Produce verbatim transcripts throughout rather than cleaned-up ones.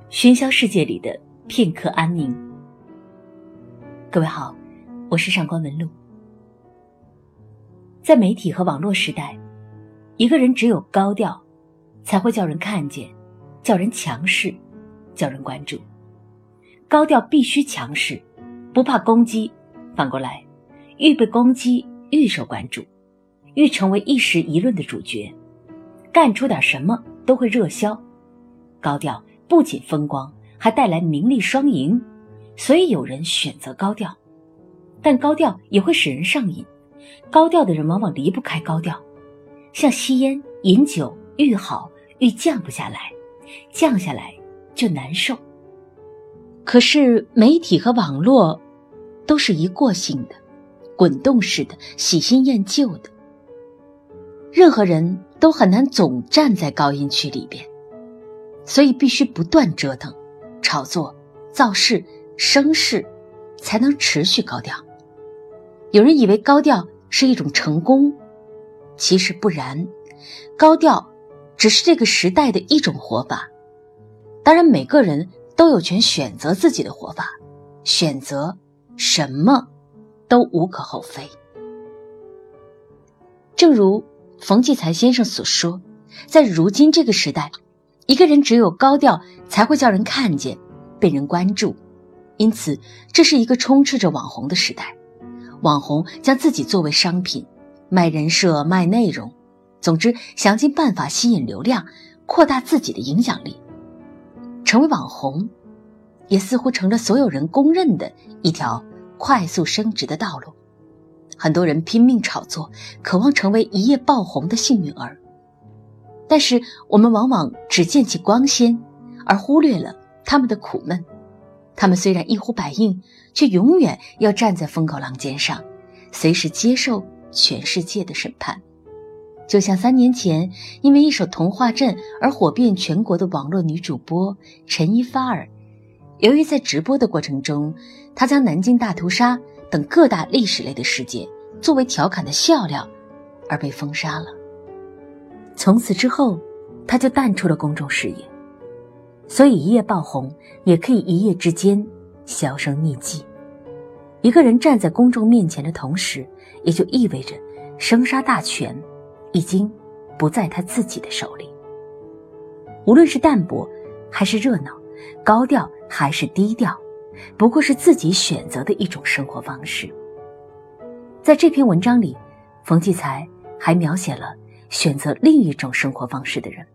喧嚣世界里的片刻安宁。各位好，我是上官文露。在媒体和网络时代，一个人只有高调，才会叫人看见，叫人强势，叫人关注。高调必须强势，不怕攻击，反过来，愈被攻击愈受关注，愈成为一时议论的主角，干出点什么都会热销。高调不仅风光，还带来名利双赢，所以有人选择高调。但高调也会使人上瘾，高调的人往往离不开高调，像吸烟、饮酒，愈好愈降不下来，降下来就难受。可是媒体和网络都是一过性的，滚动式的，喜新厌旧的，任何人都很难总站在高音区里边，所以必须不断折腾、炒作、造势、生事，才能持续高调。有人以为高调是一种成功，其实不然，高调只是这个时代的一种活法。当然每个人都有权选择自己的活法，选择什么都无可厚非。正如冯骥才先生所说，在如今这个时代，一个人只有高调才会叫人看见，被人关注。因此这是一个充斥着网红的时代，网红将自己作为商品，卖人设，卖内容，总之想尽办法吸引流量，扩大自己的影响力。成为网红也似乎成了所有人公认的一条快速升职的道路。很多人拼命炒作，渴望成为一夜爆红的幸运儿，但是我们往往只见其光鲜，而忽略了他们的苦闷。他们虽然一呼百应，却永远要站在风口浪尖上，随时接受全世界的审判。就像三年前因为一首童话镇而火遍全国的网络女主播陈一发儿，由于在直播的过程中，她将南京大屠杀等各大历史类的事件作为调侃的笑料而被封杀了。从此之后，她就淡出了公众视野。所以一夜爆红也可以一夜之间销声匿迹。一个人站在公众面前的同时，也就意味着生杀大权已经不在他自己的手里。无论是淡泊还是热闹，高调还是低调，不过是自己选择的一种生活方式。在这篇文章里，冯骥才还描写了选择另一种生活方式的人。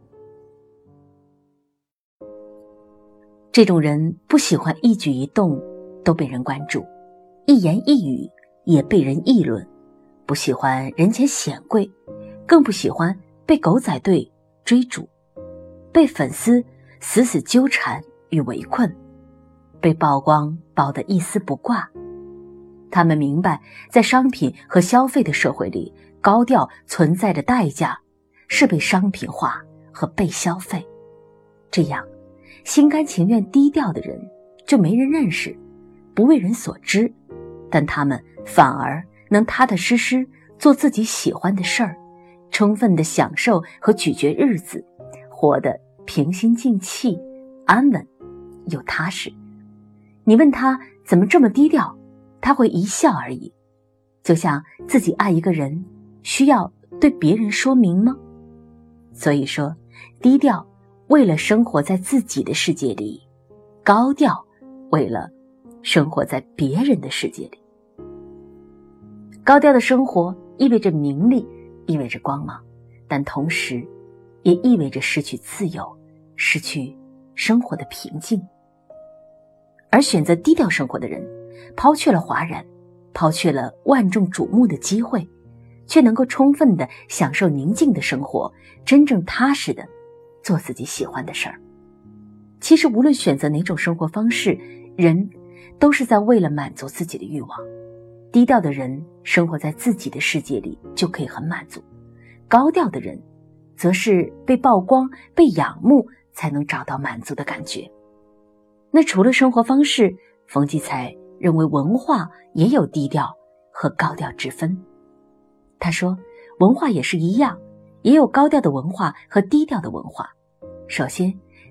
这种人不喜欢一举一动都被人关注，一言一语也被人议论，不喜欢人前显贵，更不喜欢被狗仔队追逐，被粉丝死死纠缠与围困，被曝光曝得一丝不挂。他们明白，在商品和消费的社会里，高调存在的代价是被商品化和被消费。这样心甘情愿低调的人就没人认识，不为人所知，但他们反而能踏踏实实做自己喜欢的事儿，充分地享受和咀嚼日子，活得平心静气，安稳又踏实。你问他怎么这么低调，他会一笑而已。就像自己爱一个人，需要对别人说明吗？所以说，低调为了生活在自己的世界里，高调为了生活在别人的世界里。高调的生活意味着名利，意味着光芒，但同时也意味着失去自由，失去生活的平静。而选择低调生活的人，抛却了哗然，抛却了万众瞩目的机会，却能够充分地享受宁静的生活，真正踏实地做自己喜欢的事儿。其实无论选择哪种生活方式，人都是在为了满足自己的欲望。低调的人生活在自己的世界里就可以很满足，高调的人则是被曝光、被仰慕才能找到满足的感觉。那除了生活方式，冯骥才认为文化也有低调和高调之分。他说，文化也是一样，也有高调的文化和低调的文化。首先，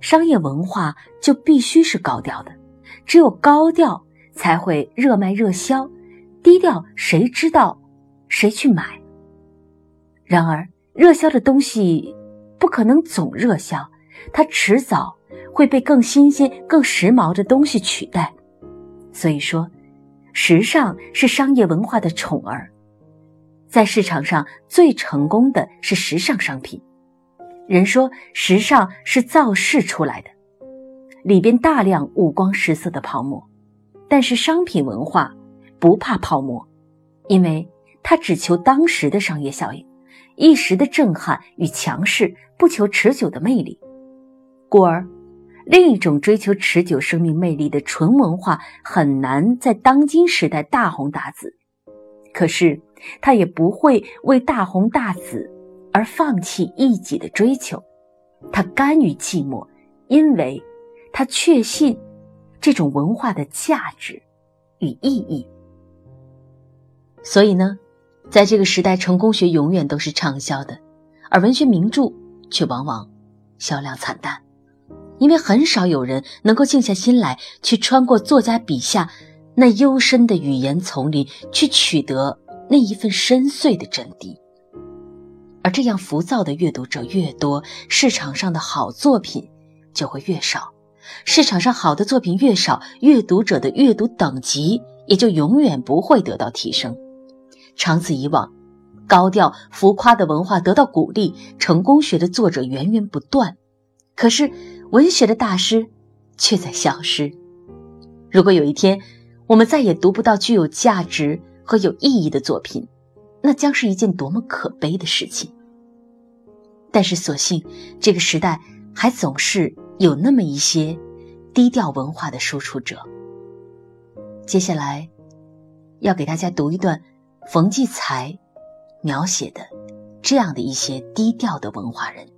商业文化就必须是高调的，只有高调才会热卖热销，低调谁知道谁去买。然而热销的东西不可能总热销，它迟早会被更新鲜更时髦的东西取代。所以说时尚是商业文化的宠儿，在市场上最成功的是时尚商品。人说时尚是造势出来的，里边大量五光十色的泡沫，但是商品文化不怕泡沫，因为它只求当时的商业效应，一时的震撼与强势，不求持久的魅力。故而另一种追求持久生命魅力的纯文化很难在当今时代大红大紫，可是它也不会为大红大紫而放弃一己的追求，它甘于寂寞，因为它确信这种文化的价值与意义。所以呢，在这个时代，成功学永远都是畅销的，而文学名著却往往销量惨淡，因为很少有人能够静下心来去穿过作家笔下那幽深的语言丛林，去取得那一份深邃的真谛。而这样浮躁的阅读者越多，市场上的好作品就会越少，市场上好的作品越少，阅读者的阅读等级也就永远不会得到提升。长此以往，高调浮夸的文化得到鼓励，成功学的作者源源不断，可是文学的大师却在消失。如果有一天我们再也读不到具有价值和有意义的作品，那将是一件多么可悲的事情。但是所幸这个时代还总是有那么一些低调文化的输出者。接下来要给大家读一段冯骥才描写的这样的一些低调的文化人。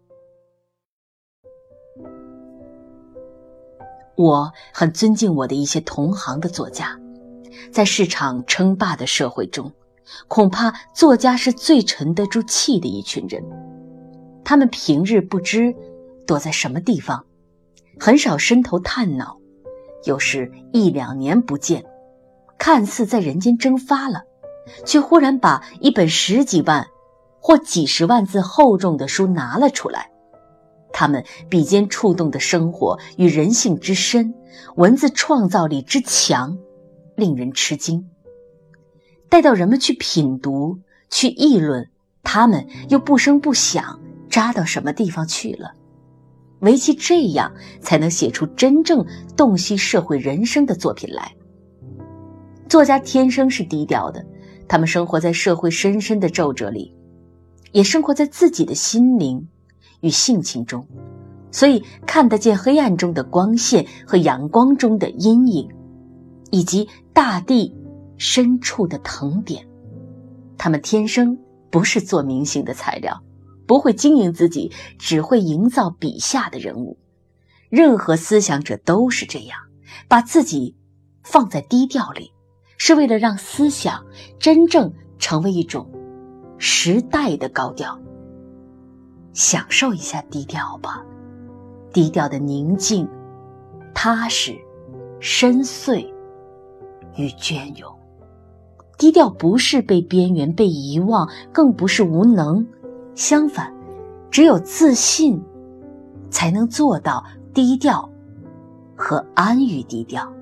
我很尊敬我的一些同行的作家，在市场称霸的社会中，恐怕作家是最沉得住气的一群人。他们平日不知躲在什么地方，很少伸头探脑，有时一两年不见，看似在人间蒸发了，却忽然把一本十几万或几十万字厚重的书拿了出来。他们笔尖触动的生活与人性之深，文字创造力之强，令人吃惊。待到人们去品读去议论，他们又不声不响扎到什么地方去了。唯其这样，才能写出真正洞悉社会人生的作品来。作家天生是低调的，他们生活在社会深深的皱褶里，也生活在自己的心灵与性情中，所以看得见黑暗中的光线和阳光中的阴影，以及大地深处的藤点。他们天生不是做明星的材料，不会经营自己，只会营造笔下的人物。任何思想者都是这样，把自己放在低调里，是为了让思想真正成为一种时代的高调。享受一下低调吧，低调的宁静、踏实、深邃与隽永。低调不是被边缘、被遗忘，更不是无能，相反，只有自信才能做到低调和安于低调。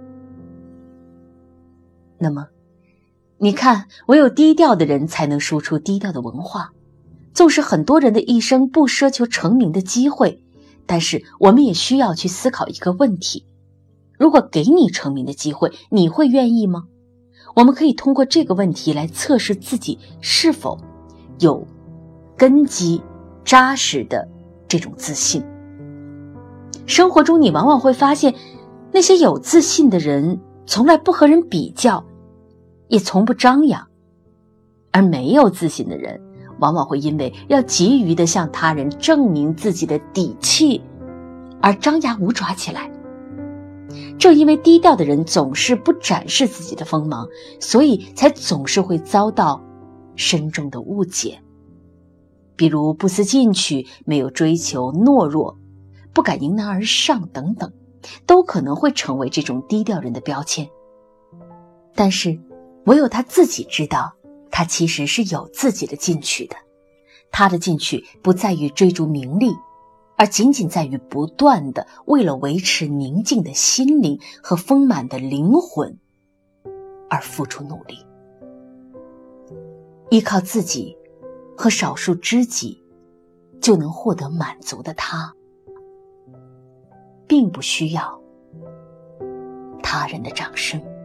那么你看，唯有低调的人才能输出低调的文化。纵使很多人的一生不奢求成名的机会，但是我们也需要去思考一个问题：如果给你成名的机会，你会愿意吗？我们可以通过这个问题来测试自己是否有根基扎实的这种自信。生活中你往往会发现，那些有自信的人从来不和人比较，也从不张扬，而没有自信的人往往会因为要急于地向他人证明自己的底气而张牙舞爪起来。正因为低调的人总是不展示自己的锋芒，所以才总是会遭到深重的误解。比如不思进取，没有追求，懦弱， 不敢迎难而上等等，都可能会成为这种低调人的标签。但是唯有他自己知道，他其实是有自己的进取的。他的进取不在于追逐名利，而仅仅在于不断的为了维持宁静的心灵和丰满的灵魂而付出努力。依靠自己和少数知己就能获得满足的他，并不需要他人的掌声。